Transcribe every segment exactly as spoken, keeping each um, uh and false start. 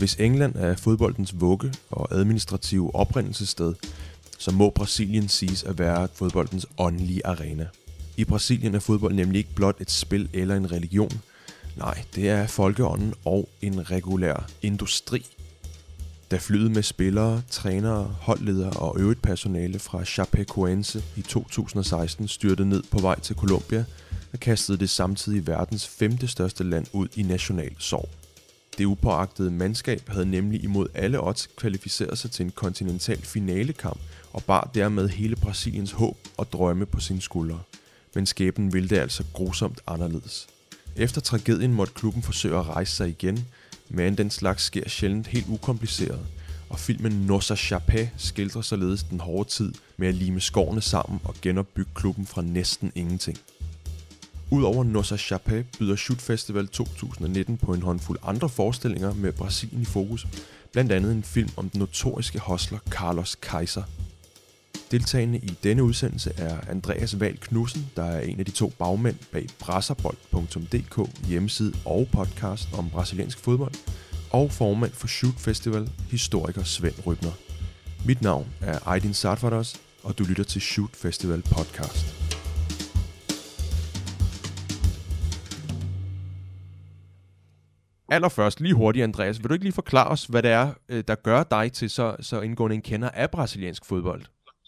Hvis England er fodboldens vugge og administrative oprindelsessted, så må Brasilien siges at være fodboldens åndelige arena. I Brasilien er fodbold nemlig ikke blot et spil eller en religion. Nej, det er folkeånden og en regulær industri. Da flyet med spillere, trænere, holdledere og øvrigt personale fra Chapecoense i to tusind og seksten styrtede ned på vej til Colombia, og kastede det samtidig verdens femte største land ud i national sorg. Det upåagtede mandskab havde nemlig imod alle odds kvalificeret sig til en kontinental finalekamp og bar dermed hele Brasiliens håb og drømme på sine skuldre. Men skæbnen ville det altså grusomt anderledes. Efter tragedien måtte klubben forsøge at rejse sig igen, men den slags sker sjældent helt ukompliceret, og filmen Nossa Chapé skildrer således den hårde tid med at lime skårene sammen og genopbygge klubben fra næsten ingenting. Udover Nossa Chapé byder Shoot Festival to tusind og nitten på en håndfuld andre forestillinger med Brasilien i fokus, blandt andet en film om den notoriske hustler Carlos Kaiser. Deltagende i denne udsendelse er Andreas Wahl Knudsen, der er en af de to bagmænd bag brasserbold punktum d k, hjemmeside og podcast om brasiliansk fodbold, og formand for Shoot Festival, historiker Svend Rybner. Mit navn er Aydin Sartvaros, og du lytter til Shoot Festival podcast. Allerførst, lige hurtigt, Andreas, vil du ikke lige forklare os, hvad det er, der gør dig til så, så indgående en kender af brasiliansk fodbold?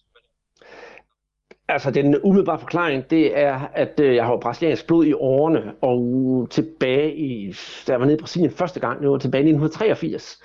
Altså, den umiddelbare forklaring, det er, at øh, jeg har brasiliansk blod i årene, og tilbage i, da jeg var nede i Brasilien første gang, det var tilbage i nitten treogfirs,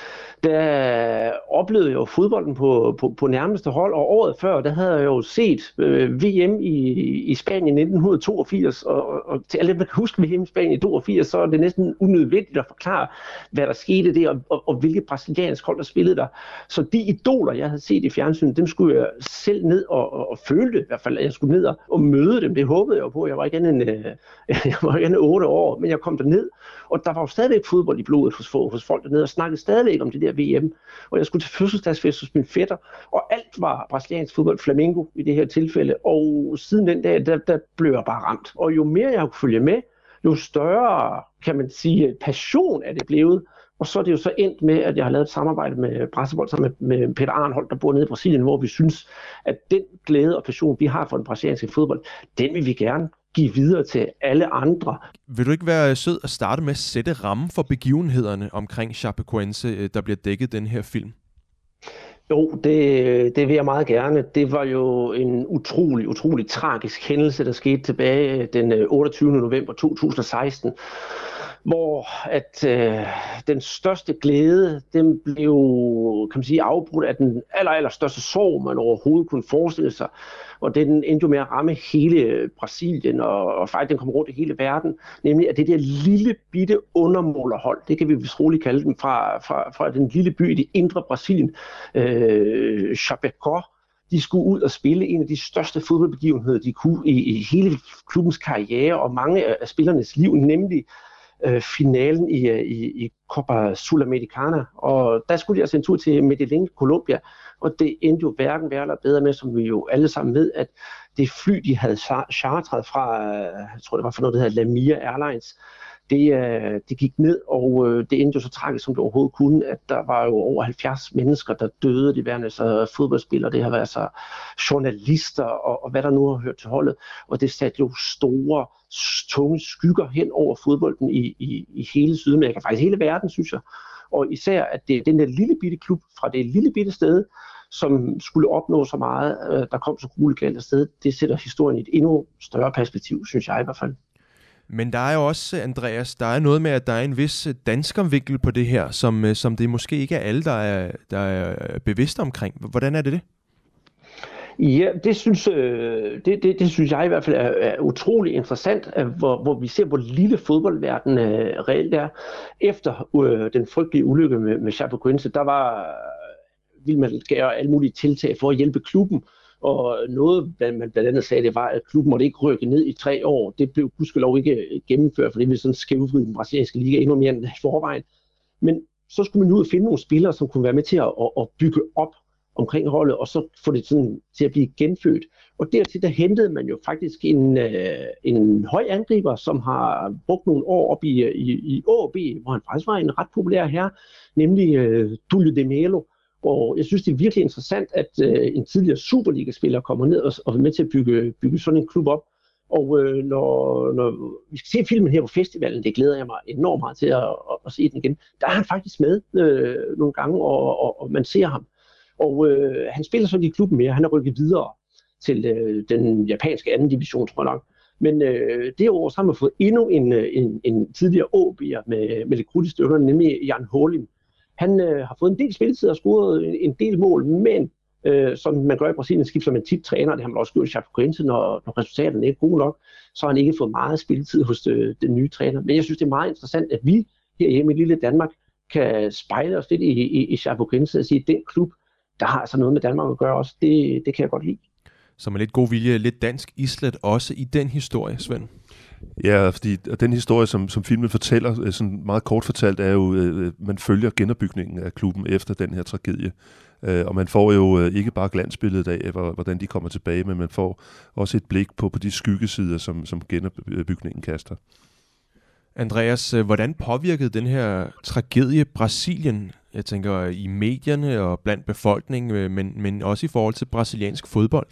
der oplevede jeg jo fodbolden på, på, på nærmeste hold, og året før, der havde jeg jo set øh, V M i, i Spanien i nitten toogfirs, og, og, og til alle dem, der kan huske V M i Spanien i toogfirs, så er det næsten unødvendigt at forklare, hvad der skete der, og, og, og hvilke brasilianske hold, der spillede der. Så de idoler, jeg havde set i fjernsynet, dem skulle jeg selv ned og, og, og føle det, i hvert fald, at jeg skulle ned og, og møde dem. Det håbede jeg jo på. Jeg var ikke andet end, øh, jeg var ikke andet otte år, men jeg kom derned, og der var jo stadigvæk fodbold i blodet hos, hos folk dernede, og snakkede stadigvæk om det der V M, og jeg skulle til fødselsdagsfest hos min fætter, og alt var brasiliansk fodbold, Flamengo i det her tilfælde, og siden den dag, der, der blev jeg bare ramt. Og jo mere jeg kunne følge med, jo større, kan man sige, passion er det blevet, og så er det jo så endt med, at jeg har lavet et samarbejde med Brasserbold sammen med, med Peter Arnholdt, der bor nede i Brasilien, hvor vi synes, at den glæde og passion, vi har for den brasilianske fodbold, den vil vi gerne give videre til alle andre. Vil du ikke være sød at starte med at sætte rammen for begivenhederne omkring Chapecoense, der bliver dækket den her film? Jo, det, det vil jeg meget gerne. Det var jo en utrolig, utrolig tragisk hændelse, der skete tilbage den otteogtyvende november to tusind og seksten, hvor at øh, den største glæde, den blev, kan man sige, afbrudt af den aller, aller største sorg, man overhovedet kunne forestille sig. Og den endte jo med at ramme hele Brasilien, og, og faktisk den kom rundt i hele verden, nemlig at det der lille bitte undermålerhold, det kan vi vist roligt kalde dem, fra, fra, fra den lille by i det indre Brasilien, øh, Chapecó, de skulle ud og spille en af de største fodboldbegivenheder, de kunne i, i hele klubbens karriere og mange af spillernes liv, nemlig øh, finalen i, i, i Copa Sudamericana. Og der skulle de altså en tur til Medellín, Colombia, og det endte jo hverken værre eller bedre med, som vi jo alle sammen ved, at det fly, de havde chartret fra, jeg tror det var for noget, der hedder Lamia Airlines, det, det gik ned, og det endte jo så tragisk, som det overhovedet kunne, at der var jo over halvfjerds mennesker, der døde, det værende så fodboldspillere, det har været så journalister, og, og hvad der nu har hørt til holdet, og det satte jo store, tunge skygger hen over fodbolden i, i, i hele Sydamerika, faktisk hele verden, synes jeg. Og især, at det er den der lille bitte klub fra det lille bitte sted, som skulle opnå så meget, der kom så grueligt af sted, det sætter historien i et endnu større perspektiv, synes jeg i hvert fald. Men der er jo også, Andreas, der er noget med, at der er en vis danskervinkel på det her, som, som det måske ikke er alle, der er, der er bevidste omkring. Hvordan er det det? Ja, det synes, det, det, det synes jeg i hvert fald er, er utrolig interessant, hvor, hvor vi ser, hvor lille fodboldverden øh, reelt er. Efter øh, den frygtelige ulykke med, med Chapecoense, der var, ville man gøre alle mulige tiltag for at hjælpe klubben. Og noget, man blandt andet sagde, det var, at klubben måtte ikke rykke ned i tre år. Det blev gudskelov ikke gennemført, for det ville sådan skævvride den brasilianske liga endnu mere end i forvejen. Men så skulle man nu ud og finde nogle spillere, som kunne være med til at, at, at bygge op omkring holdet, og så få det sådan til at blive genfødt. Og dertil der hentede man jo faktisk en, øh, en høj angriber, som har brugt nogle år op i, i, i A B, hvor han faktisk var en ret populær herre, nemlig øh, Tullio De Melo. Og jeg synes, det er virkelig interessant, at øh, en tidligere Superliga-spiller kommer ned og, og er med til at bygge, bygge sådan en klub op. Og øh, når, når vi skal se filmen her på festivalen, det glæder jeg mig enormt meget til at, at, at se den igen, der er han faktisk med øh, nogle gange, og, og, og man ser ham. Og øh, han spiller så i klubben mere, han er rykket videre til øh, den japanske anden division, tror jeg nok. Men øh, det år så har man fået endnu en, en, en tidligere A B'er med, med lidt krudt i støvlerne, nemlig Jan Holm. Han øh, har fået en del spilletid og scoret en, en del mål, men øh, som man gør i Brasilien, skifter man tit træner, det har man også gjort i Chapecoense, når, når resultaterne ikke er gode nok, så har han ikke fået meget spilletid hos øh, den nye træner. Men jeg synes, det er meget interessant, at vi herhjemme i lille Danmark kan spejle os lidt i, i, i Chapecoense og sige, at den klub, der har altså noget med Danmark at gøre også, det, det kan jeg godt lide. Så med lidt god vilje, lidt dansk islet også i den historie, Svend? Ja, fordi den historie, som, som filmen fortæller, sådan meget kort fortalt, er jo, at man følger genopbygningen af klubben efter den her tragedie. Og man får jo ikke bare glansbilledet af, hvordan de kommer tilbage, men man får også et blik på, på de skyggesider, som, som genopbygningen kaster. Andreas, hvordan påvirkede den her tragedie Brasilien? Jeg tænker i medierne og blandt befolkningen, men, men også i forhold til brasiliansk fodbold.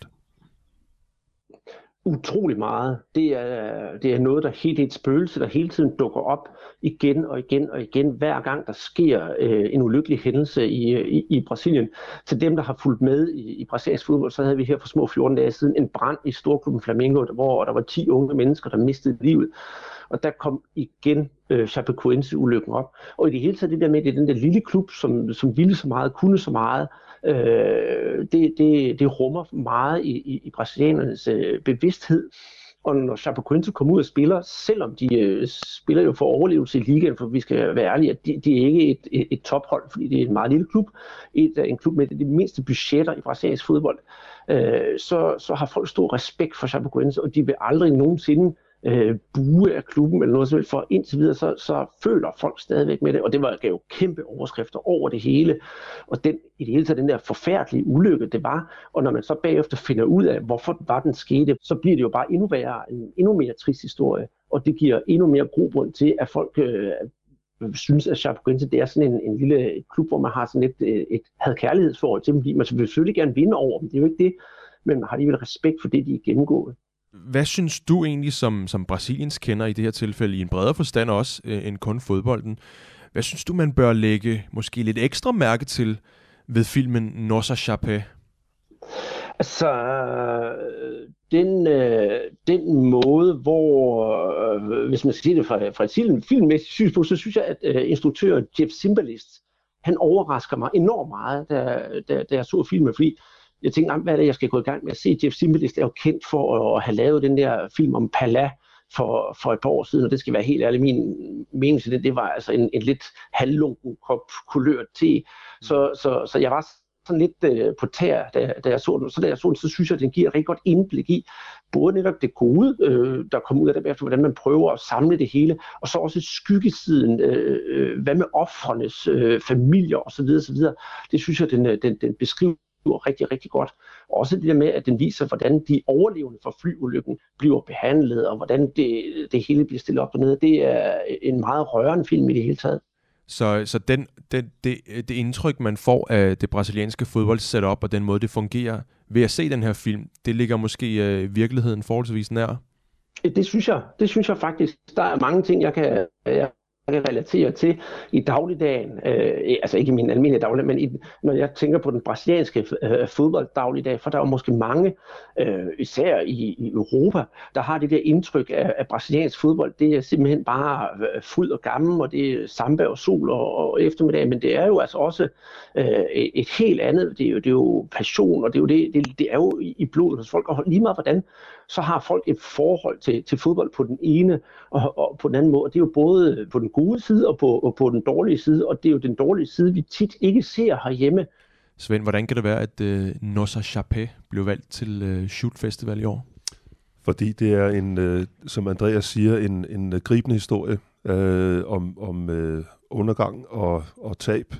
Utrolig meget. Det er, det er noget, der er helt et spøgelse, der hele tiden dukker op igen og igen og igen, hver gang der sker øh, en ulykkelig hændelse i, i, i Brasilien. Til dem, der har fulgt med i, i brasiliansk fodbold, så havde vi her for små fjorten dage siden en brand i storklubben Flamengo, hvor der var ti unge mennesker, der mistede livet. Og der kom igen øh, Chapecoense-ulykken op. Og i det hele taget det der med, det er den der lille klub, som, som ville så meget, kunne så meget, øh, det, det, det rummer meget i, i, i brasilianernes øh, bevidsthed. Og når Chapecoense kommer ud og spiller, selvom de øh, spiller jo for overlevelse i ligaen, for vi skal være ærlige, at de, de er ikke et, et, et tophold, fordi det er en meget lille klub, et, en klub med de mindste budgetter i brasiliansk fodbold, øh, så, så har folk stor respekt for Chapecoense, og de vil aldrig nogensinde øh, bue af klubben eller noget som helst, for indtil videre, så, så føler folk stadigvæk med det, og det var jo kæmpe overskrifter over det hele, og den, i det hele taget den der forfærdelige ulykke, det var, og når man så bagefter finder ud af, hvorfor var den skete, så bliver det jo bare endnu værre, en endnu mere trist historie, og det giver endnu mere grobund til, at folk øh, synes, at Chapecoense, det er sådan en, en lille klub, hvor man har sådan et, et had-kærlighedsforhold til dem, fordi man vil selvfølgelig gerne vinde over dem, det er jo ikke det, men man har alligevel respekt for det, de er gennemgået. Hvad synes du egentlig som, som Brasiliens kender i det her tilfælde, i en bredere forstand også øh, end kun fodbolden? Hvad synes du, man bør lægge måske lidt ekstra mærke til ved filmen Nossa Chapé? Altså, den, øh, den måde, hvor, øh, hvis man skal sige det fra, fra et film, filmmæssigt synspunkt, så synes jeg, at øh, instruktøren Jeff Zimbalist, han overrasker mig enormt meget, da, da, da jeg så filmen, fordi jeg tænkte, hvad er det, jeg skal gå i gang med at se? Jeff Zimbalist er jo kendt for at have lavet den der film om Pelé for, for et par år siden, og det skal være helt ærligt, min mening til det, det var altså en, en lidt halvlunken kop kulørt te. Så, så, så jeg var sådan lidt øh, på tær, da, da jeg så den. Så da jeg så den, så synes jeg, at den giver et rigtig godt indblik i, både netop det gode, øh, der kommer ud af det bagefter, hvordan man prøver at samle det hele, og så også skyggesiden, øh, hvad med ofrenes øh, familier osv. osv. Det synes jeg, den, den, den beskriver rigtig, rigtig godt. Også det der med, at den viser, hvordan de overlevende for flyulykken bliver behandlet, og hvordan det, det hele bliver stillet op dernede. Det er en meget rørende film i det hele taget. Så, så den, den, det, det indtryk, man får af det brasilianske fodboldsetup, og den måde, det fungerer ved at se den her film, det ligger måske øh, virkeligheden forholdsvis nær? Det synes jeg. Det synes jeg faktisk. Der er mange ting, jeg kan... Jeg kan relatere til i dagligdagen, øh, altså ikke i min almindelige dagligdag, men i, når jeg tænker på den brasilianske øh, fodbold dagligdag, for der er måske mange, øh, især i, i Europa, der har det der indtryk af, af brasiliansk fodbold. Det er simpelthen bare øh, fryd og gammel, og det er samba og sol og, og eftermiddag, men det er jo altså også øh, et, et helt andet. Det er, jo, det er jo passion, og det er jo, det, det, det er jo i, i blodet hos folk, og lige meget hvordan, så har folk et forhold til, til fodbold på den ene og, og på den anden måde. Det er jo både på den gode side og på, og på den dårlige side, og det er jo den dårlige side, vi tit ikke ser herhjemme. Svend, hvordan kan det være, at uh, Nossa Chapé blev valgt til uh, Shoot Festival i år? Fordi det er en, uh, som Andreas siger, en, en gribende historie uh, om, om uh, undergang og, og tab.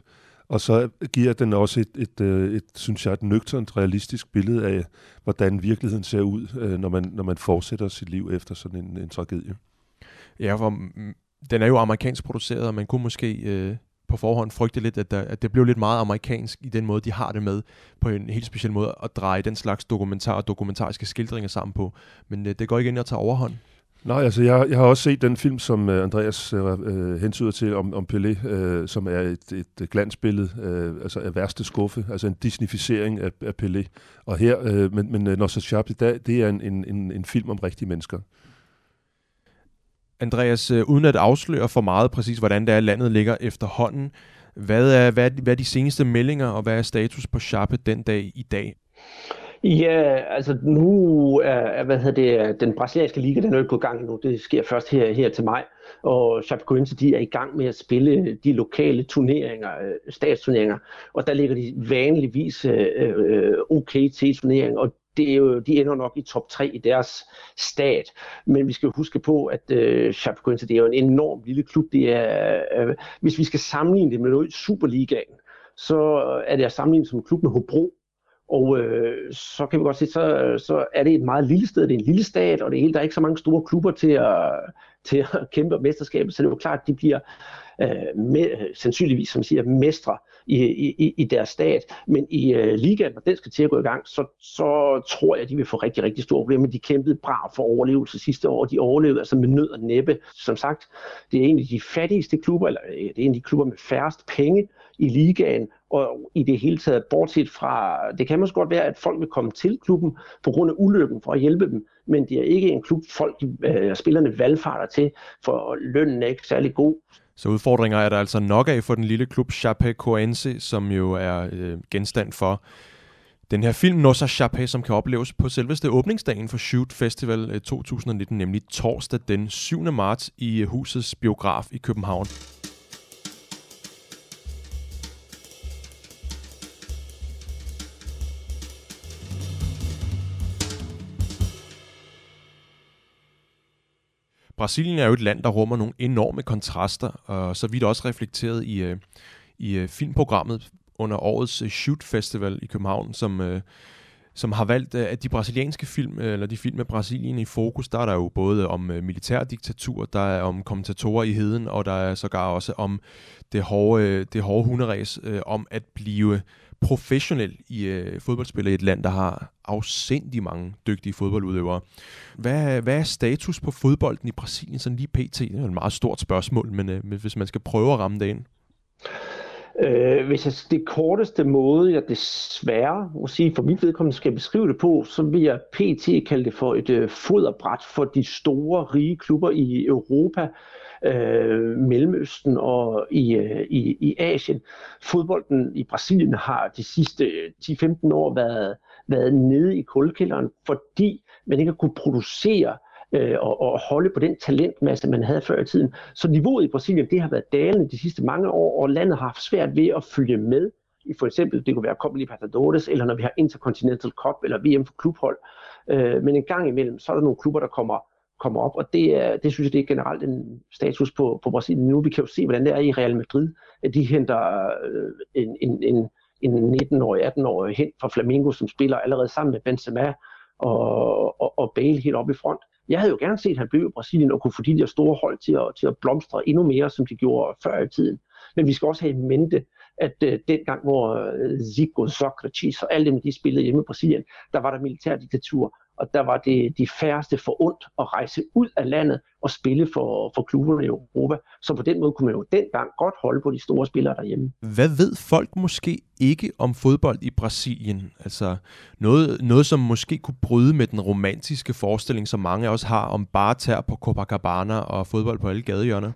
Og så giver den også et, et, et, et synes jeg, et nøgternt, realistisk billede af, hvordan virkeligheden ser ud, når man, når man fortsætter sit liv efter sådan en, en tragedie. Ja, for den er jo amerikansk produceret, og man kunne måske øh, på forhånd frygte lidt, at, der, at det blev lidt meget amerikansk i den måde, de har det med, på en helt speciel måde, at dreje den slags dokumentar og dokumentariske skildringer sammen på. Men øh, det går ikke ind og tager overhånd. Nej, altså jeg, jeg har også set den film, som uh, Andreas uh, hentyder til om, om Pelé, uh, som er et, et glansbillede, uh, altså af værste skuffe, altså en disnificering af, af Pelé. Og her, uh, men, men Nossos Chaplin, det er en, en, en film om rigtige mennesker. Andreas, uh, uden at afsløre for meget præcis, hvordan det er, landet ligger efterhånden, hvad er, hvad, er, hvad er de seneste meldinger, og hvad er status på Chape den dag i dag? Ja, altså nu er, hvad hedder det, den brasilianske liga, den er jo ikke gået i gang nu. Det sker først her, her til maj. Og Chapecoense, de er i gang med at spille de lokale turneringer, statsturneringer. Og der ligger de vanligvis øh, okay til turneringer. Og det er jo, de ender nok i top tre i deres stat. Men vi skal jo huske på, at øh, Chapecoense, det er jo en enorm lille klub. Det er, øh, hvis vi skal sammenligne det med noget i Superligaen, så er det at sammenligne som en klub med Hobro. Og øh, så kan vi godt se, så, så er det et meget lille sted, det er en lille stat, og det hele, der er ikke så mange store klubber til at, til at kæmpe om mesterskabet, så det er jo klart, at de bliver øh, med, sandsynligvis, som siger, mestre i, i, i deres stat. Men i øh, ligaen, når den skal til at gå i gang, så, så tror jeg, at de vil få rigtig, rigtig store problemer. De kæmpede bra for overlevelse sidste år, og de overlevede altså med nød og næppe. Som sagt, det er en af de fattigste klubber, eller det er en af de klubber med færrest penge i ligaen, og i det hele taget, bortset fra, det kan måske godt være, at folk vil komme til klubben på grund af ulykken for at hjælpe dem, men det er ikke en klub, folk, øh, spillerne valgfarter til, for lønnen er ikke særlig god. Så udfordringer er der altså nok af for den lille klub Chapecoense, som jo er øh, genstand for den her film Nossa Chape, som kan opleves på selveste åbningsdagen for Shoot Festival to tusind nitten, nemlig torsdag den syvende marts i Husets Biograf i København. Brasilien er jo et land, der rummer nogle enorme kontraster, og så vidt også reflekteret i, i filmprogrammet under årets Shoot Festival i København, som, som har valgt, at de brasilianske film, eller de film med Brasilien i fokus, der er der jo både om militærdiktatur, der er om kommentatorer i heden, og der er sågar også om det hårde, det hårde hunderæs, om at blive professionel i øh, fodboldspiller i et land, der har afsindig mange dygtige fodboldudøvere. Hvad, hvad er status på fodbolden i Brasilien sådan lige pt? Det er et meget stort spørgsmål, men øh, hvis man skal prøve at ramme det ind. Øh, hvis jeg, det korteste måde, jeg desværre må sige, for mit vedkommende skal beskrive det på, så vil jeg pt. Kalde det for et øh, foderbræt for de store, rige klubber i Europa, øh, Mellemøsten og i, øh, i, i Asien. Fodbolden i Brasilien har de sidste ti til femten år været, været nede i kulkælderen, fordi man ikke har kunne producere øh, og, og holde på den talentmasse, man havde før i tiden. Så niveauet i Brasilien, det har været dalende de sidste mange år, og landet har haft svært ved at følge med. I for eksempel, det kunne være Copa Libertadores, eller når vi har Intercontinental Cup, eller V M for klubhold. Øh, men en gang imellem, så er der nogle klubber, der kommer kommer op, og det, er, det synes jeg, det er generelt en status på, på Brasilien nu. Vi kan jo se, hvordan det er i Real Madrid, at de henter øh, en, en, en, en nitten-årig, atten-årig hen fra Flamengo, som spiller allerede sammen med Benzema og, og, og Bale helt op i front. Jeg havde jo gerne set, at han blev i Brasilien og kunne få de der store hold til at, til at blomstre endnu mere, som de gjorde før i tiden. Men vi skal også have i mente, at øh, dengang, hvor øh, Zico, Socrates og alle dem, de spillede hjemme i Brasilien, der var der militærdiktatur, og der var det de færreste forundt at rejse ud af landet og spille for, for klubberne i Europa. Så på den måde kunne man jo dengang godt holde på de store spillere derhjemme. Hvad ved folk måske ikke om fodbold i Brasilien? Altså noget, noget som måske kunne bryde med den romantiske forestilling, som mange også har om bare tær på Copacabana og fodbold på alle gadehjørner?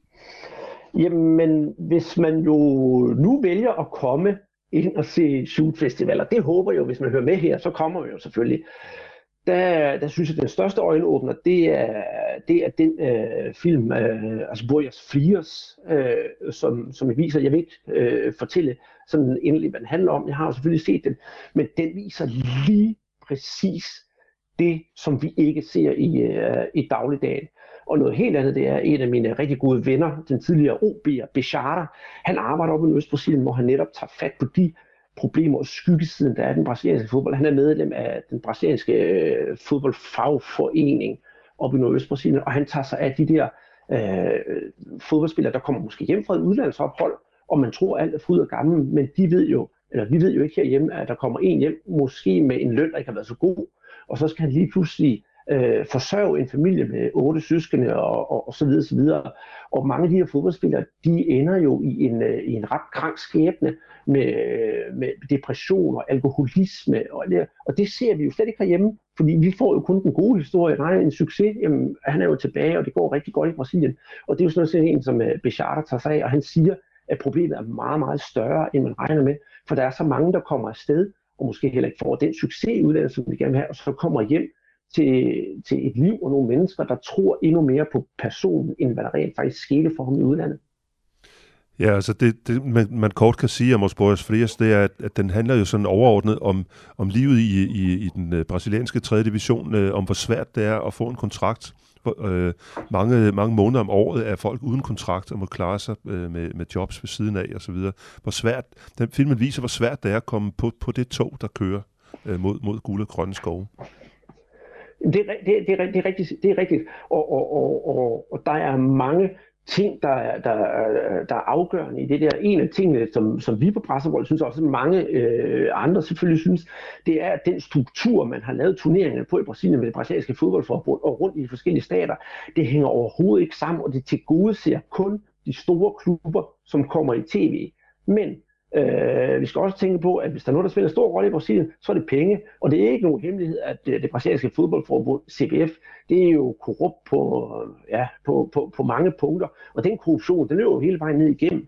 Jamen, hvis man jo nu vælger at komme ind og se shootfestivaler, det håber jeg jo, hvis man hører med her, så kommer vi jo selvfølgelig. Der, der synes jeg, at den største øjenåbner, det er, det er den øh, film, øh, altså Boyas Friers, øh, som, som viser, jeg vil ikke øh, fortælle sådan endelig, hvad den handler om. Jeg har jo selvfølgelig set den, men den viser lige præcis det, som vi ikke ser i, øh, i dagligdagen. Og noget helt andet, det er en af mine rigtig gode venner, den tidligere O B'er, Bechara. Han arbejder oppe i Østbrasilien, hvor han netop tager fat på de problemer og skyggesiden, der er den brasilianske fodbold. Han er medlem af den brasilianske fodboldfagforening oppe i Nordøstbrasilien, og han tager sig af de der øh, fodboldspillere, der kommer måske hjem fra et udlandsophold, og man tror alt er fryd og gammel, men de ved jo, eller vi ved jo ikke herhjemme, at der kommer en hjem, måske med en løn, der ikke har været så god, og så skal han lige pludselig øh, forsørge en familie med otte søskende og, og, og så videre, så videre. Og mange af de her fodboldspillere, de ender jo i en, øh, i en ret krank skæbne med, med depression og alkoholisme, og, det, og det ser vi jo slet ikke herhjemme, fordi vi får jo kun den gode historie. Nej, en succes, jamen, han er jo tilbage, og det går rigtig godt i Brasilien. Og det er jo sådan noget, en som uh, Bechara tager sig af, og han siger, at problemet er meget, meget større, end man regner med, for der er så mange, der kommer afsted, og måske heller ikke får den succes i udlandet, som vi gerne vil have, og så kommer hjem til, til et liv og nogle mennesker, der tror endnu mere på personen, end hvad der rent faktisk skete for ham i udlandet. Ja, altså det, det man, man kort kan sige om Os Boys Frias, det er, at, at den handler jo sådan overordnet om, om livet i, i, i den uh, brasilianske tredje division, uh, om hvor svært det er at få en kontrakt. Uh, mange, mange måneder om året er folk uden kontrakt og må klare sig uh, med, med jobs ved siden af og så videre. Hvor svært, den filmen viser, hvor svært det er at komme på, på det tog, der kører uh, mod, mod guld og grønne skove. Det, det, det, det, er, det er rigtigt, det er rigtigt. Og, og, og, og, og der er mange ting, der er, der, der er afgørende i det der. En af tingene, som, som vi på Pressevold synes, også mange øh, andre selvfølgelig synes, det er, at den struktur, man har lavet turneringerne på i Brasilien med det brasilianske fodboldforbund og rundt i de forskellige stater, det hænger overhovedet ikke sammen, og det tilgodeser kun de store klubber, som kommer i tv. Men øh, vi skal også tænke på, at hvis der er noget, der spiller en stor rolle i Brasilien, så er det penge, og det er ikke nogen hemmelighed, at det, det brasilianske fodboldforbund, C B F, det er jo korrupt på, ja, på, på, på mange punkter, og den korruption, den løber jo hele vejen ned igennem.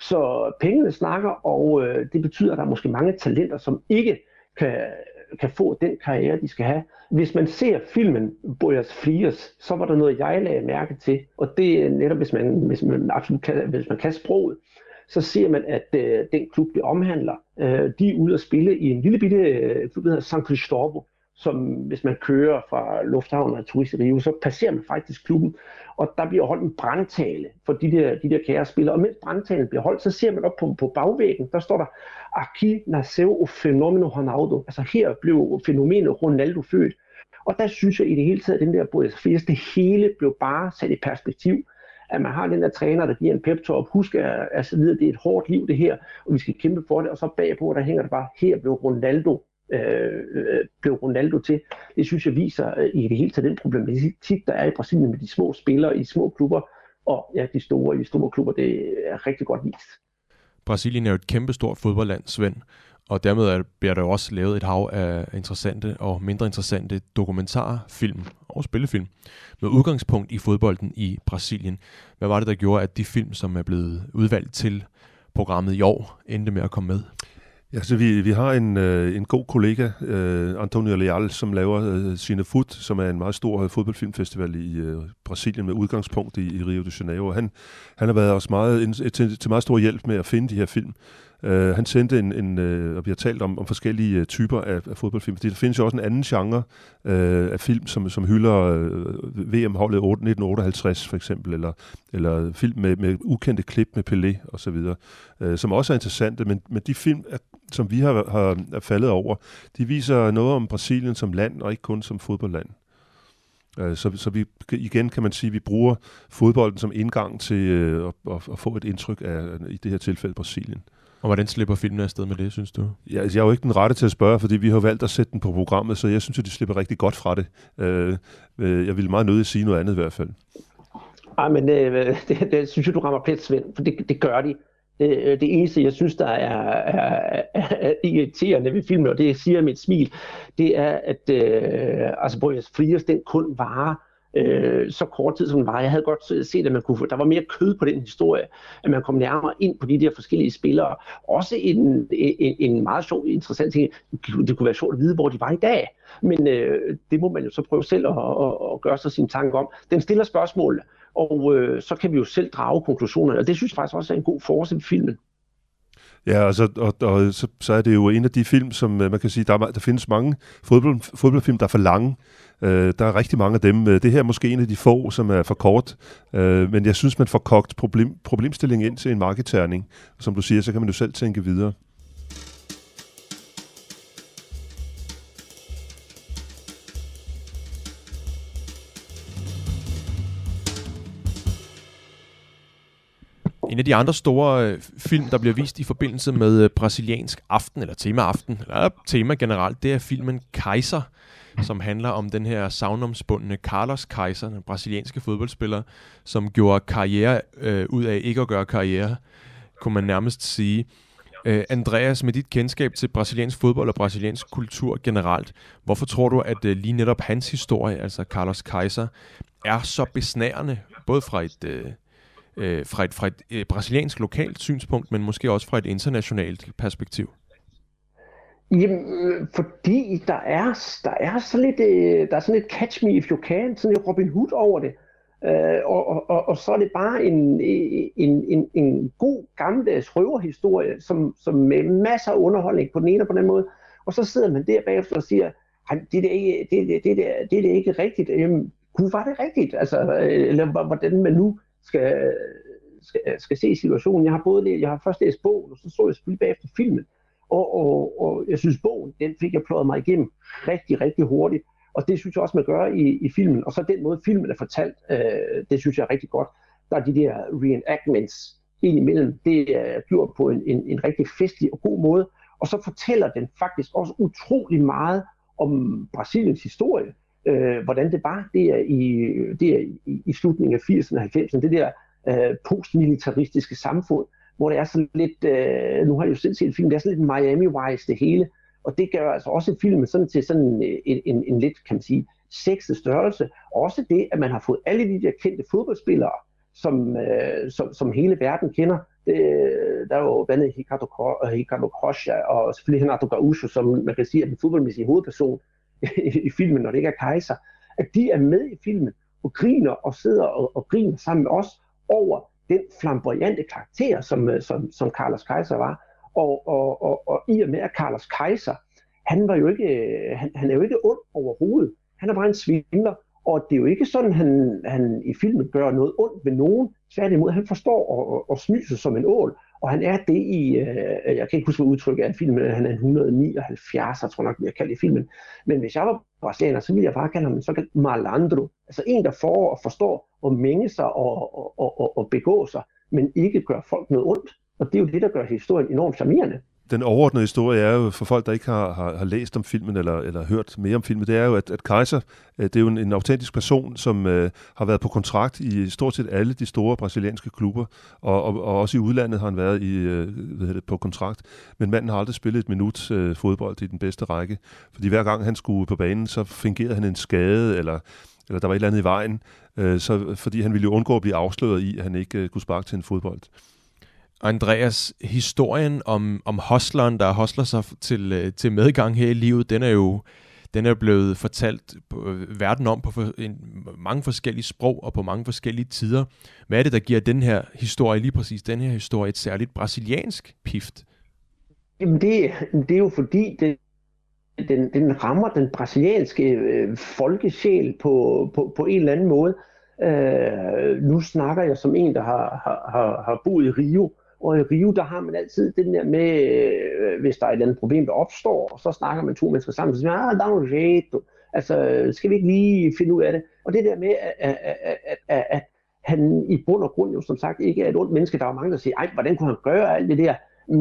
Så pengene snakker, og øh, det betyder, at der er måske mange talenter, som ikke kan, kan få den karriere, de skal have. Hvis man ser filmen Boys Frias, så var der noget, jeg lagde mærke til, og det er netop, hvis man, hvis man absolut kan, hvis man kan sproget, så ser man, at øh, den klub, det omhandler, øh, de er ude at spille i en lille bitte øh, klub, der hedder San Cristóbal, som hvis man kører fra lufthavnen og turist i Rio, så passerer man faktisk klubben, og der bliver holdt en brandtale for de der, de der kære spillere. Og mens brandtalen bliver holdt, så ser man op på, på bagvæggen, der står der, Aqui nasceu o fenômeno Ronaldo. Altså her blev fænomenet Ronaldo født. Og der synes jeg i det hele taget, den der Boys Frias, det hele blev bare sat i perspektiv. At man har den der træner, der giver en pep-talk. Husk, at altså, det er et hårdt liv det her, og vi skal kæmpe for det. Og så bagpå, der hænger det bare, her blev Ronaldo, øh, blev Ronaldo til. Det synes jeg viser øh, i det hele taget den problematik, der er i Brasilien med de små spillere i de små klubber, og ja, de store i de store klubber. Det er rigtig godt vist. Brasilien er jo et kæmpestort fodboldland, Svend, og dermed bliver der jo også lavet et hav af interessante og mindre interessante dokumentarfilm og spillefilm med udgangspunkt i fodbolden i Brasilien. Hvad var det, der gjorde, at de film, som er blevet udvalgt til programmet i år, endte med at komme med? Ja, så vi, vi har en, øh, en god kollega, øh, Antonio Leal, som laver øh, Cinefut, som er en meget stor øh, fodboldfilmfestival i øh, Brasilien med udgangspunkt i, i Rio de Janeiro. Han, han har været os meget, en, til, til meget stor hjælp med at finde de her film. Uh, han sendte en, en uh, og vi har talt om, om forskellige uh, typer af, af fodboldfilm, fordi der findes jo også en anden genre uh, af film, som, som hylder uh, V M-holdet nitten otteoghalvtreds for eksempel, eller, eller film med, med ukendte klip med Pelé og så videre, uh, som også er interessante, men, men de film, er, som vi har, har er faldet over, de viser noget om Brasilien som land, og ikke kun som fodboldland. Uh, så, så vi igen kan man sige, at vi bruger fodbolden som indgang til uh, at, at, at få et indtryk af, i det her tilfælde, Brasilien. Og hvordan slipper filmen afsted med det, synes du? Ja, altså, jeg er jo ikke den rette til at spørge, fordi vi har valgt at sætte den på programmet, så jeg synes, at de slipper rigtig godt fra det. Øh, øh, jeg vil meget nødig sige noget andet i hvert fald. Ej, men øh, det, det synes jeg, du rammer plet, Svend, for det, det gør de. Det, det eneste, jeg synes, der er, er, er, er irriterende ved filmen, og det jeg siger med et smil, det er, at øh, altså, Boys Frias, den kun varer Øh, så kort tid som den var. Jeg havde godt set, at man kunne, der var mere kød på den historie, at man kom nærmere ind på de der forskellige spillere. Også en, en, en meget sjov, interessant ting. Det kunne være sjovt at vide, hvor de var i dag. Men øh, det må man jo så prøve selv at, at, at gøre sig sine tanker om. Den stiller spørgsmål, og øh, så kan vi jo selv drage konklusionerne. Og det synes jeg faktisk også er en god force i filmen. Ja, og, så, og, og så, så er det jo en af de film, som man kan sige, der, er, der findes mange fodbold, fodboldfilm, der er for lange. Øh, der er rigtig mange af dem. Det her er måske en af de få, som er for kort, øh, men jeg synes, man får kogt problem, problemstillingen ind til en markedterning. Som du siger, så kan man jo selv tænke videre. En af de andre store øh, film, der bliver vist i forbindelse med øh, brasiliansk aften, eller tema-aften, eller tema generelt, det er filmen Kaiser, som handler om den her savnomspundne Carlos Kaiser, den brasilianske fodboldspiller, som gjorde karriere øh, ud af ikke at gøre karriere, kunne man nærmest sige. Øh, Andreas, med dit kendskab til brasiliansk fodbold og brasiliansk kultur generelt, hvorfor tror du, at øh, lige netop hans historie, altså Carlos Kaiser, er så besnærende, både fra et... Øh, fra et, fra et øh, brasiliansk lokalt synspunkt, men måske også fra et internationalt perspektiv? Jamen, fordi der er, der er sådan lidt, der er sådan et catch me if you can, sådan et Robin Hood over det. Øh, og, og, og så er det bare en, en, en, en god gammeldags røverhistorie, som, som med masser af underholdning på den ene og på den anden måde. Og så sidder man der bagefter og siger, det er ikke, det, det, det, det er ikke rigtigt. Jamen, gud, var det rigtigt? Altså, eller hvordan man nu Skal, skal, skal se situationen. Jeg har både læst, jeg har først læst bogen, og så så jeg selvfølgelig bagefter filmen. Og, og, og jeg synes, bogen, den fik jeg pløjet mig igennem rigtig, rigtig hurtigt. Og det synes jeg også, man gør i, i filmen. Og så den måde, filmen er fortalt, øh, det synes jeg er rigtig godt. Der er de der reenactments indimellem. Det er gjort på en, en, en rigtig festlig og god måde. Og så fortæller den faktisk også utrolig meget om Brasiliens historie. Øh, hvordan det var, det er i, det er i, i slutningen af firserne og halvfemserne, det der øh, postmilitaristiske samfund, hvor det er sådan lidt, øh, nu har jeg jo selv set film, det er sådan lidt Miami-wise det hele, og det gør altså også filmen sådan til sådan en, en, en lidt, kan man sige, sexet størrelse. Også det, at man har fået alle de der kendte fodboldspillere, som, øh, som, som hele verden kender. Det, der er jo blandt andet Ricardo, Ricardo Rocha og selvfølgelig Renato Gaúcho, som man kan sige er den fodboldmæssige hovedperson i filmen, når det ikke er Kaiser, at de er med i filmen og griner og sidder og, og griner sammen med os over den flamboyante karakter, som, som, som Carlos Kaiser var. Og, og, og, og i og med at Carlos Kaiser, han, var jo ikke, han, han er jo ikke ond overhovedet. Han er bare en svindler, og det er jo ikke sådan, han, han i filmen gør noget ondt ved nogen. Tværtimod, han forstår at, at snyse som en ål. Og han er det i, øh, jeg kan ikke huske, hvad udtrykket er i filmen, han er et hundrede nioghalvfjerds, jeg tror nok, jeg kalder det i filmen. Men hvis jeg var brasilianer, så ville jeg bare kalde ham en såkaldt malandro. Altså en, der får og forstår at mænge sig og, og, og, og begå sig, men ikke gør folk noget ondt. Og det er jo det, der gør historien enormt charmerende. Den overordnede historie er jo, for folk, der ikke har, har, har læst om filmen eller, eller hørt mere om filmen, det er jo, at, at Kaiser, det er jo en, en autentisk person, som øh, har været på kontrakt i stort set alle de store brasilianske klubber, og, og, og også i udlandet har han været i, øh, hvad det, på kontrakt. Men manden har aldrig spillet et minut øh, fodbold i den bedste række, fordi hver gang han skulle på banen, så fingerede han en skade, eller, eller der var et eller andet i vejen, øh, så, fordi han ville jo undgå at blive afsløret i, at han ikke øh, kunne sparke til en fodbold. Andreas, historien om, om hustleren, der hustler sig til, til medgang her i livet, den er jo den er blevet fortalt på, verden om på for, en, mange forskellige sprog og på mange forskellige tider. Hvad er det, der giver den her historie, lige præcis den her historie, et særligt brasiliansk pift? Jamen det, det er jo fordi, det, den, den rammer den brasilianske øh, folkesjæl på, på, på en eller anden måde. Øh, nu snakker jeg som en, der har, har, har boet i Rio, og i Rio, der har man altid den der med, øh, hvis der er et eller andet problem, der opstår, og så snakker man to mennesker sammen, og så siger man, ah, der er un jeito. Altså, skal vi ikke lige finde ud af det? Og det der med, at, at, at, at, at han i bund og grund jo som sagt ikke er et ondt menneske, der er mange, der siger, ej, hvordan kunne han gøre alt det der?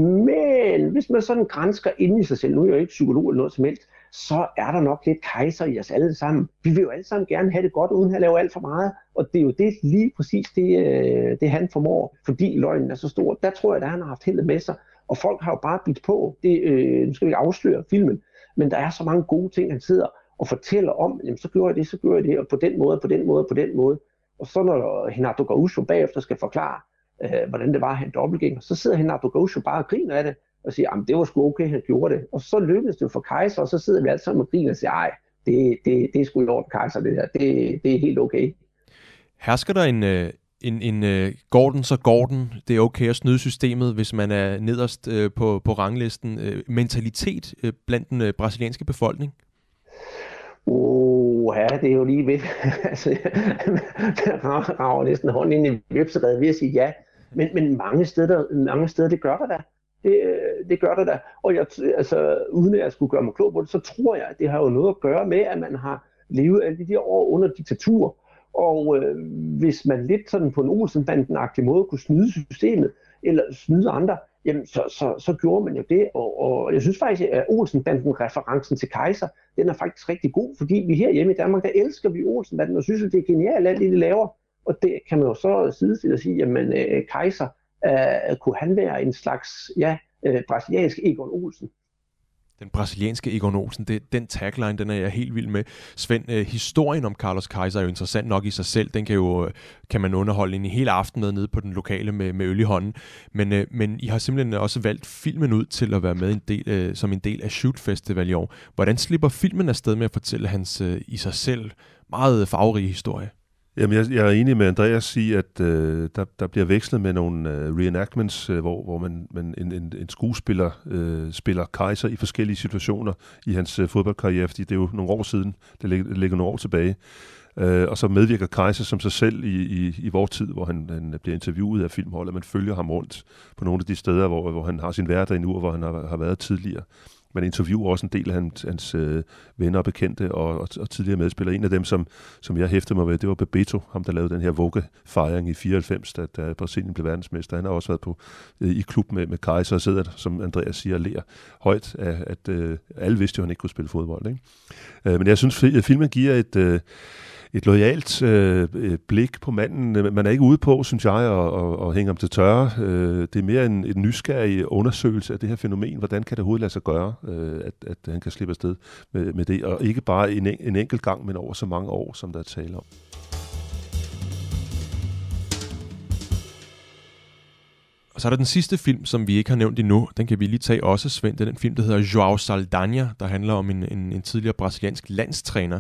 Men hvis man sådan grænsker ind i sig selv, nu er jeg jo ikke psykolog eller noget som helst, så er der nok lidt Kaiser i os alle sammen. Vi vil jo alle sammen gerne have det godt, uden at lave alt for meget. Og det er jo det, lige præcis det, det han formår, fordi løgnen er så stor. Der tror jeg, at han har haft heldet med sig. Og folk har jo bare bidt på. Det, øh, nu skal vi ikke afsløre filmen, men der er så mange gode ting, han sidder og fortæller om. Jamen, så gjorde jeg det, så gjorde jeg det, og på den måde, på den måde, på den måde. Og så når Renato Gaúcho bagefter skal forklare, øh, hvordan det var at have en dobbeltgænger, så sidder Renato Gaúcho bare og griner af det, og siger, at det var sgu okay, han gjorde det. Og så lykkedes det jo for Kaiser, og så sidder vi alle sammen og griner og siger, ej, det, det, det er sgu i orden, Kaiser, det der. Det, det er helt okay. Hersker der en, en, en uh, Gordon så Gordon, det er okay at snyde systemet, hvis man er nederst uh, på, på ranglisten. Uh, mentalitet uh, blandt den uh, brasilianske befolkning? Åh, ja, det er jo lige ved. altså, jeg rager næsten hånden ind i vipseret ved at sige ja. Men, men mange steder, mange steder, det gør der da. Det, det gør der da. Og jeg, altså, uden at jeg skulle gøre mig klog på det, så tror jeg, at det har jo noget at gøre med, at man har levet alle de her år under diktatur. Og øh, hvis man lidt sådan på en Olsen-banden-agtig måde kunne snyde systemet, eller snyde andre, jamen så, så, så gjorde man jo det. Og, og jeg synes faktisk, at Olsen-banden-referencen til Kaiser, den er faktisk rigtig god, fordi vi her hjemme i Danmark, der elsker vi Olsen-banden, og synes, at det er genialt, alt det, de laver. Og det kan man jo så sidestille og sige, jamen øh, Kaiser, øh, kunne han være en slags, ja, øh, brasiliansk Egon Olsen? Den brasilianske Egon Olsen, det, den tagline, den er jeg helt vild med. Svend, øh, historien om Carlos Kaiser er jo interessant nok i sig selv. Den kan jo kan man underholde en hel aften med nede på den lokale med, med øl i hånden. Men, øh, men I har simpelthen også valgt filmen ud til at være med en del, øh, som en del af Shoot Festival i år. Hvordan slipper filmen afsted med at fortælle hans øh, i sig selv meget farverige historie? Jamen, jeg, jeg er enig med Andreas i, at øh, der, der bliver vekslet med nogle øh, reenactments, øh, hvor, hvor man, man en, en, en skuespiller øh, spiller Kaiser i forskellige situationer i hans øh, fodboldkarriere, fordi det er jo nogle år siden, det ligger, det ligger nogle år tilbage. Øh, og så medvirker Kaiser som sig selv i, i, i vores tid, hvor han, han bliver interviewet af filmholdet, man følger ham rundt på nogle af de steder, hvor, hvor han har sin hverdag nu, og hvor han har, har været tidligere. Man interviewer også en del af hans, hans øh, venner og bekendte og, og, og tidligere medspillere. En af dem, som, som jeg hæftede mig ved, det var Bebeto, ham der lavede den her Vogue-fejring i fireoghalvfems, da, da Brasilien blev verdensmester. Han har også været på, øh, i klub med, med Kaiser og sidder, som Andreas siger, og lærer højt, af, at øh, alle vidste jo, at han ikke kunne spille fodbold. Ikke? Øh, men jeg synes, at filmen giver et... Øh, et loyalt øh, blik på manden. Man er ikke ude på, synes jeg, at, at, at hænge ham til tørre. Øh, det er mere en, en nysgerrig undersøgelse af det her fænomen. Hvordan kan det overhovedet lade sig gøre, øh, at, at han kan slippe afsted med, med det? Og ikke bare en, en enkelt gang, men over så mange år, som der er tale om. Og så er der den sidste film, som vi ikke har nævnt endnu. Den kan vi lige tage også, Svend. Det er den film, der hedder João Saldanha, der handler om en, en, en tidligere brasiliansk landstræner.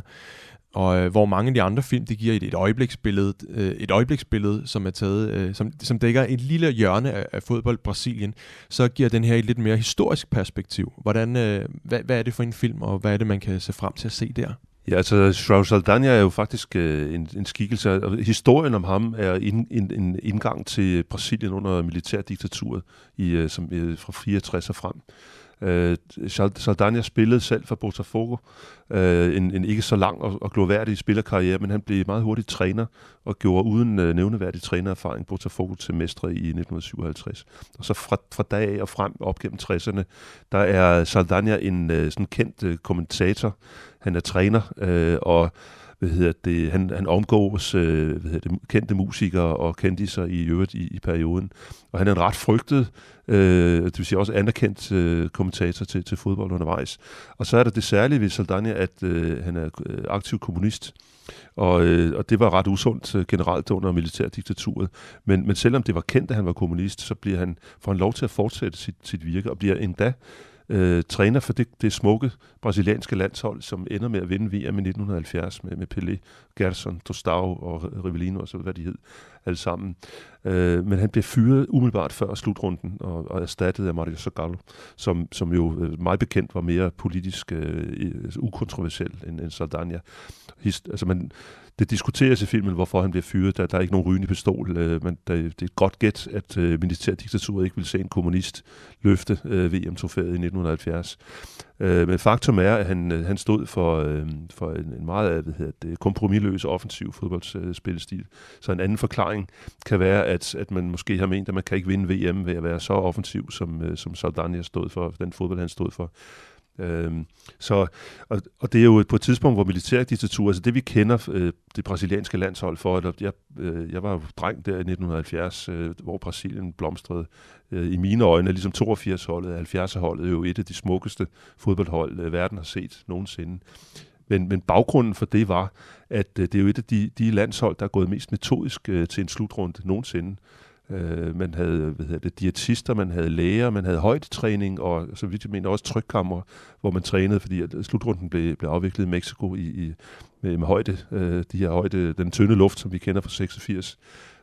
Og øh, hvor mange af de andre film, det giver et, et øjebliksbillede, øh, et øjebliksbillede, som er taget, øh, som, som dækker et lille hjørne af, af fodbold Brasilien, så giver den her et lidt mere historisk perspektiv. Hvordan, øh, hvad, hvad er det for en film, og hvad er det, man kan se frem til at se der? Ja, altså João Saldanha er jo faktisk øh, en, en skikkelse, og historien om ham er en, en, en indgang til Brasilien under militærdiktaturet i, øh, som, øh, fra fireogtres og frem. Uh, Saldanha spillede selv for Botafogo, uh, en, en ikke så lang og, og glorværdig spillerkarriere, men han blev meget hurtigt træner og gjorde uden uh, nævneværdig trænererfaring Botafogo til mestre i nitten syvoghalvtreds. Og så fra, fra dag af og frem op gennem tresserne, der er Saldanha en uh, sådan kendt uh, kommentator. Han er træner, uh, og hvad hedder det, han, han omgås øh, hvad hedder det, kendte musikere og kendiser i øvrigt i, i perioden. Og han er en ret frygtet, øh, det vil sige også anerkendt øh, kommentator til, til fodbold undervejs. Og så er der det særlige ved Saldanha, at øh, han er aktiv kommunist. Og, øh, og det var ret usundt øh, generelt under militærdiktaturet. Men, men selvom det var kendt, at han var kommunist, så bliver han, får han lov til at fortsætte sit, sit virke, og bliver endda Øh, træner for det, det smukke brasilianske landshold, som ender med at vinde V M i nitten halvfjerds med, med Pelé, Gerson, Tostão og Rivellino og så hvad de hed, alle sammen. Øh, men han blev fyret umiddelbart før slutrunden og, og erstattet af Mario Zagallo, som, som jo øh, meget bekendt var mere politisk øh, ukontroversiel end, end Saldanha. Hist, altså man, det diskuteres i filmen, hvorfor han bliver fyret. Der, der er ikke nogen rygende pistol, øh, men der, det er et godt gæt, at øh, militærdiktaturet ikke vil se en kommunist løfte øh, V M-trofæet i nitten halvfjerds. Øh, men faktum er, at han, øh, han stod for, øh, for en, en meget hvad hedder det, kompromisløs offensiv fodboldspillestil. Så en anden forklaring kan være, at, at man måske har ment, at man kan ikke vinde V M ved at være så offensiv, som, øh, som Saldanha stod for, den fodbold, han stod for. Øhm, så, og, og det er jo på et tidspunkt, hvor militærdiktatur, altså det vi kender øh, det brasilianske landshold for, at jeg, øh, jeg var jo dreng der i nitten halvfjerds, øh, hvor Brasilien blomstrede. Øh, I mine øjne er ligesom toogfirs-holdet, halvfjerds-holdet jo et af de smukkeste fodboldhold, øh, verden har set nogensinde. Men, men baggrunden for det var, at øh, det er jo et af de, de landshold, der er gået mest metodisk øh, til en slutrunde nogensinde. Uh, man havde hvad hedder det, diætister, man havde læger, man havde højdetræning, og så vidt jeg mener også trykkammer, hvor man trænede, fordi at slutrunden blev, blev afviklet i Mexico i, i, med, med højde, uh, de her højde, den tynde luft, som vi kender fra seksogfirs.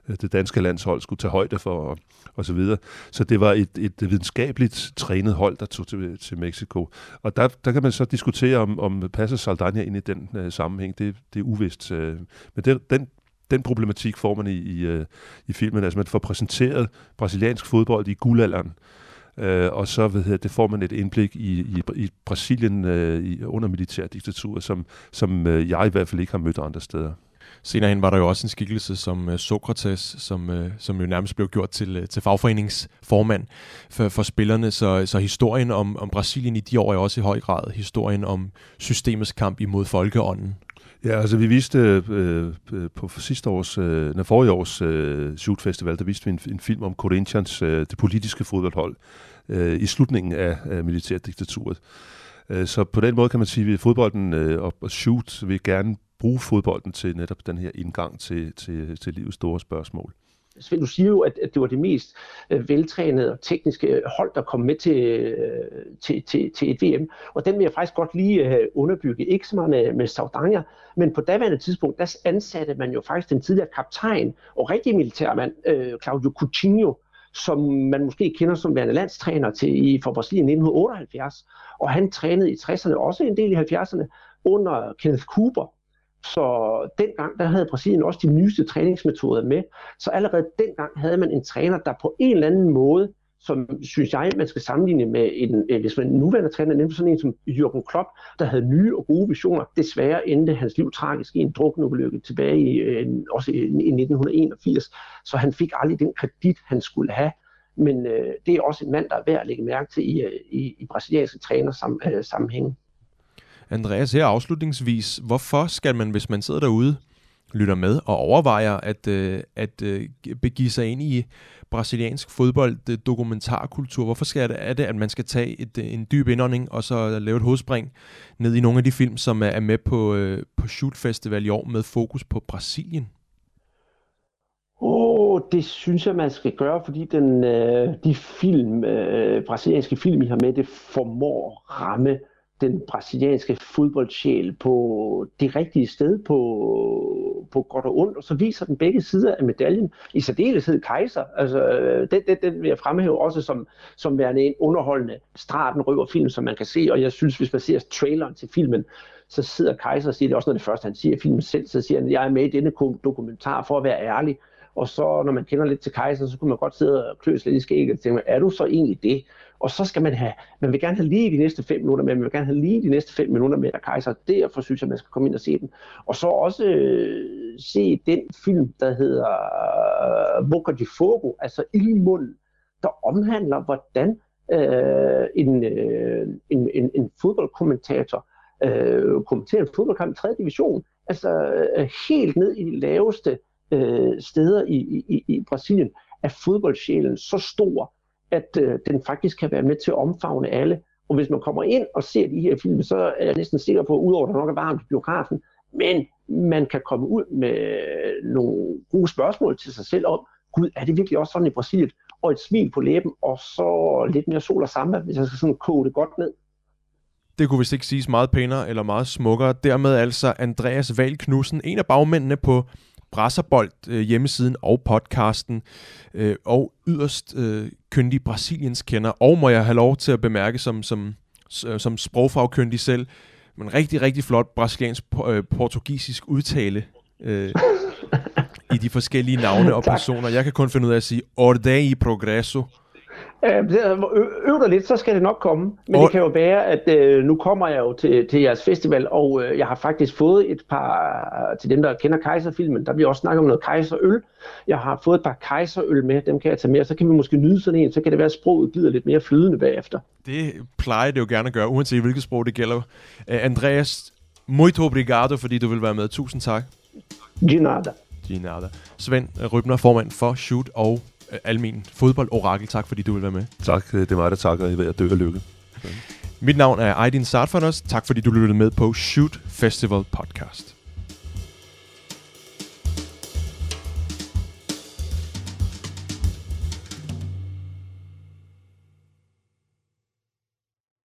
det danske landshold skulle tage højde for, og, og så videre. Så det var et, et videnskabeligt trænet hold, der tog til, til Mexico. Og der, der kan man så diskutere, om, om passer Saldanha ind i den uh, sammenhæng. Det, det er uvist. Uh, men det, den, den problematik får man i, i, uh, i filmen. Altså man får præsenteret brasiliansk fodbold i guldalderen, uh, og så hvad hedder, det får man et indblik i, i, i Brasilien uh, i, under militærdiktatur, som, som uh, jeg i hvert fald ikke har mødt andre steder. Senere hen var der jo også en skikkelse som uh, Sokrates, som, uh, som jo nærmest blev gjort til, uh, til fagforeningsformand for, for spillerne. Så, så historien om, om Brasilien i de år er også i høj grad historien om systemets kamp imod folkeånden. Ja, altså vi viste øh, på sidste års, øh, når forrige års øh, Shoot Festival, der viste vi en, en film om Corinthians, øh, det politiske fodboldhold, øh, i slutningen af, af militærdiktaturet. Øh, så på den måde kan man sige, at fodbolden øh, og, og Shoot vil gerne bruge fodbolden til netop den her indgang til, til, til livets store spørgsmål. Svend, du siger jo, at, at det var det mest øh, veltrænede og tekniske hold, der kom med til, øh, til, til, til et V M. Og den vil jeg faktisk godt lige øh, underbygge. Ikke så meget med, med Saldanha, men på daværende tidspunkt, der ansatte man jo faktisk den tidligere kaptajn og rigtig militærmand, øh, Claudio Coutinho, som man måske kender som værende landstræner til i, for Brasilien nitten otteoghalvfjerds. Og han trænede i tresserne, også en del i halvfjerdserne, under Kenneth Cooper. Så dengang, der havde Brasilien også de nyeste træningsmetoder med. Så allerede dengang havde man en træner, der på en eller anden måde, som synes jeg, man skal sammenligne med en, hvis man nuværende træner, nemlig sådan en som Jürgen Klopp, der havde nye og gode visioner. Desværre endte hans liv tragisk i en drukneulykke tilbage i, også i nitten enogfirs. Så han fik aldrig den kredit, han skulle have. Men øh, det er også en mand, der er værd at lægge mærke til i, i, i brasilianske trænersammenhænge. Andreas, her afslutningsvis, hvorfor skal man, hvis man sidder derude, lytter med og overvejer at, øh, at øh, begive sig ind i brasiliansk fodbold, dokumentarkultur, hvorfor skal det, er det, at man skal tage et, en dyb indånding og så lave et hovedspring ned i nogle af de film, som er med på, øh, på Shoot Festival i år med fokus på Brasilien? Åh, oh, det synes jeg, man skal gøre, fordi den, øh, de film, øh, brasilianske film, I har med, det formår ramme den brasilianske fodboldsjæl på det rigtige sted, på, på godt og ondt, og så viser den begge sider af medaljen, i særdeleshed Kaiser. Altså, den, den, den vil jeg fremhæve også som, som værende en underholdende starten røverfilm, som man kan se, og jeg synes, hvis man ser traileren til filmen, så sidder Kaiser og siger, det er også noget af det første, han siger i filmen selv, så siger han, jeg er med i denne dokumentar for at være ærlig, og så når man kender lidt til Kaiser, så kunne man godt sidde og kløse lidt i skægget og tænke, er du så egentlig det? Og så skal man have, man vil gerne have lige de næste fem minutter med, man vil gerne have lige de næste fem minutter med Kaiser. Derfor synes jeg, man skal komme ind og se den. Og så også øh, se den film, der hedder øh, Boca de Fogo, altså Ildmunden, der omhandler, hvordan øh, en, øh, en, en, en fodboldkommentator øh, kommenterer en fodboldkamp i tredje division. Altså øh, helt ned i de laveste øh, steder i, i, i Brasilien er fodboldsjælen så stor, at øh, den faktisk kan være med til at omfavne alle. Og hvis man kommer ind og ser de her film, så er jeg næsten sikker på, udover at der nok er varmt i biografen, men man kan komme ud med nogle gode spørgsmål til sig selv om, gud, er det virkelig også sådan i Brasilien? Og et smil på læben, og så lidt mere sol og samba, hvis jeg skal sådan koge det godt ned. Det kunne vist ikke siges meget pænere eller meget smukkere. Dermed altså Andreas Wahl Knudsen, en af bagmændene på Brasserbold, øh, hjemmesiden og podcasten, øh, og yderst øh, kyndig Brasiliens kender, og må jeg have lov til at bemærke som, som, som sprogfagkyndig selv, men rigtig, rigtig flot brasiliansk øh, portugisisk udtale øh, i de forskellige navne og personer. Jeg kan kun finde ud af at sige Ordem e Progresso. Øv dig lidt, så skal det nok komme. Men det kan jo være, at øh, nu kommer jeg jo til, til jeres festival, og øh, jeg har faktisk fået et par, til dem, der kender Kaiser-filmen, der bliver også snakket om noget Kaiser-øl. Jeg har fået et par Kaiser-øl med, dem kan jeg tage med, og så kan vi måske nyde sådan en, så kan det være, at sproget glider lidt mere flydende bagefter. Det plejer det jo gerne at gøre, uanset hvilket sprog det gælder. Uh, Andreas, muito obrigado, fordi du vil være med. Tusind tak. De nada. De nada. Svend Rybner, formand for Shoot og Almen fodboldorakel. Tak, fordi du vil være med. Tak, det er mig, der takker I ved at dø og lykke. Mit navn er Aydin Sartfanos. Tak, fordi du lyttede med på Shoot Festival Podcast.